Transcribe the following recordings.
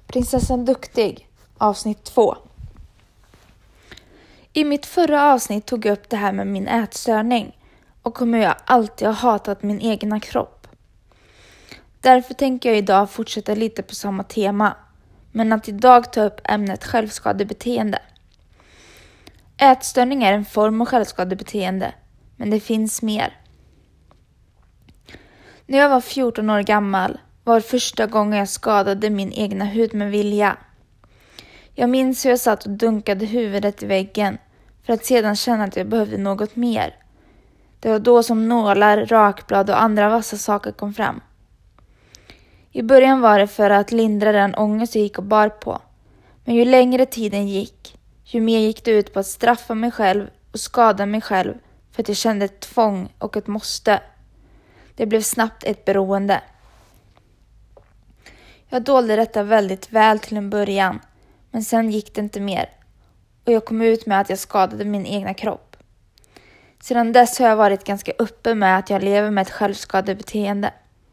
Prinsessan Duktig, avsnitt 2. I mitt förra avsnitt tog jag upp det här med min ätstörning och hur jag alltid har hatat min egna kropp. Därför tänker jag idag fortsätta lite på samma tema, men att idag ta upp ämnet självskadebeteende. Ätstörning är en form av självskadebeteende, men det finns mer. När jag var 14 år gammal var första gången jag skadade min egna hud med vilja. Jag minns hur jag satt och dunkade huvudet i väggen för att sedan känna att jag behövde något mer. Det var då som nålar, rakblad och andra vassa saker kom fram. I början var det för att lindra den ångest jag gick och bar på. Men ju längre tiden gick, ju mer gick det ut på att straffa mig själv och skada mig själv för att jag kände ett tvång och ett måste. Det blev snabbt ett beroende. Jag dolde detta väldigt väl till en början, men sen gick det inte mer. Och jag kom ut med att jag skadade min egna kropp. Sedan dess har jag varit ganska uppe med att jag lever med ett självskadebeteende.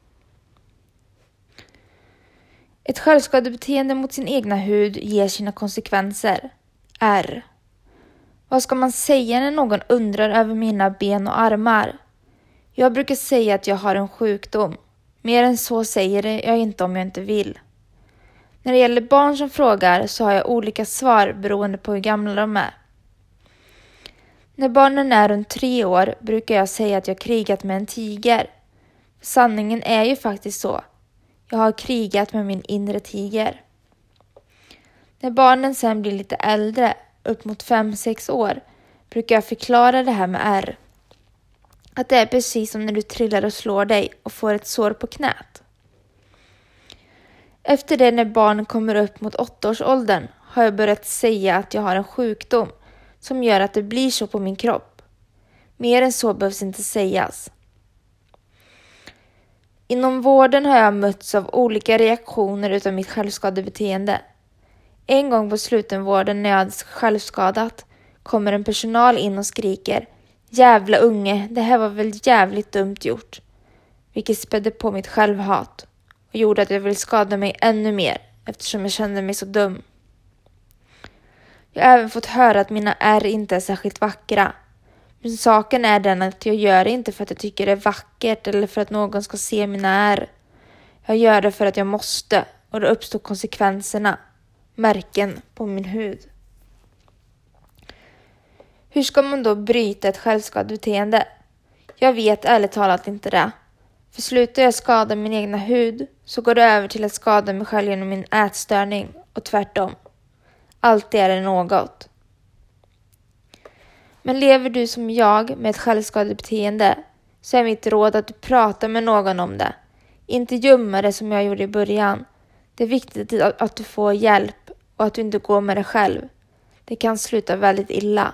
Ett självskadebeteende mot sin egna hud ger sina konsekvenser. R. Vad ska man säga när någon undrar över mina ben och armar? Jag brukar säga att jag har en sjukdom. Mer än så säger jag inte om jag inte vill. När det gäller barn som frågar så har jag olika svar beroende på hur gamla de är. När barnen är runt 3 år brukar jag säga att jag krigat med en tiger. Sanningen är ju faktiskt så. Jag har krigat med min inre tiger. När barnen sen blir lite äldre, upp mot 5-6 år, brukar jag förklara det här med R. Att det är precis som när du trillar och slår dig och får ett sår på knät. Efter det, när barnen kommer upp mot 8-årsåldern, har jag börjat säga att jag har en sjukdom som gör att det blir så på min kropp. Mer än så behövs inte sägas. Inom vården har jag mötts av olika reaktioner utav mitt självskadebeteende. En gång på slutenvården när jag hade självskadat kommer en personal in och skriker: "Jävla unge, det här var väl jävligt dumt gjort." Vilket spädde på mitt självhat och gjorde att jag ville skada mig ännu mer eftersom jag kände mig så dum. Jag har även fått höra att mina ärr inte är särskilt vackra. Men saken är den att jag gör det inte för att jag tycker det är vackert eller för att någon ska se mina ärr. Jag gör det för att jag måste, och då uppstår konsekvenserna, märken på min hud. Hur ska man då bryta ett självskadebeteende? Jag vet ärligt talat inte det. För slutar jag skada min egna hud så går det över till att skada mig själv genom min ätstörning och tvärtom. Alltid är det något. Men lever du som jag med ett självskadebeteende så är mitt råd att du pratar med någon om det. Inte gömma det som jag gjorde i början. Det är viktigt att du får hjälp och att du inte går med det själv. Det kan sluta väldigt illa.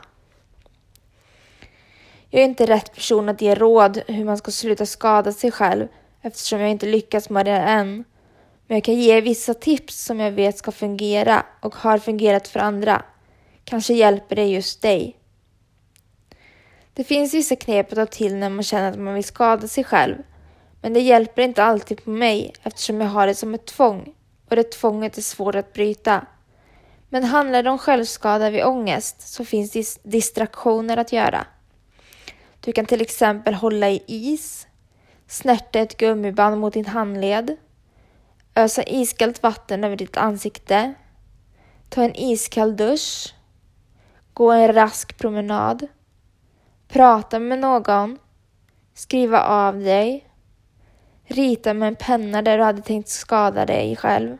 Jag är inte rätt person att ge råd hur man ska sluta skada sig själv eftersom jag inte lyckats med det än. Men jag kan ge vissa tips som jag vet ska fungera och har fungerat för andra. Kanske hjälper det just dig. Det finns vissa knep att ta till när man känner att man vill skada sig själv. Men det hjälper inte alltid på mig eftersom jag har det som ett tvång. Och det tvånget är svårt att bryta. Men handlar det om självskada vid ångest så finns det distraktioner att göra. Du kan till exempel hålla i is, snärta ett gummiband mot din handled, ösa iskallt vatten över ditt ansikte, ta en iskall dusch, gå en rask promenad, prata med någon, skriva av dig, rita med en penna där du hade tänkt skada dig själv.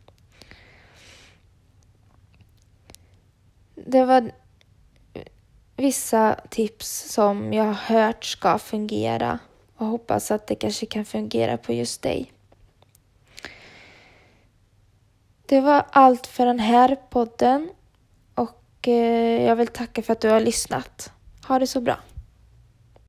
Det var vissa tips som jag har hört ska fungera och hoppas att det kanske kan fungera på just dig. Det var allt för den här podden och jag vill tacka för att du har lyssnat. Ha det så bra.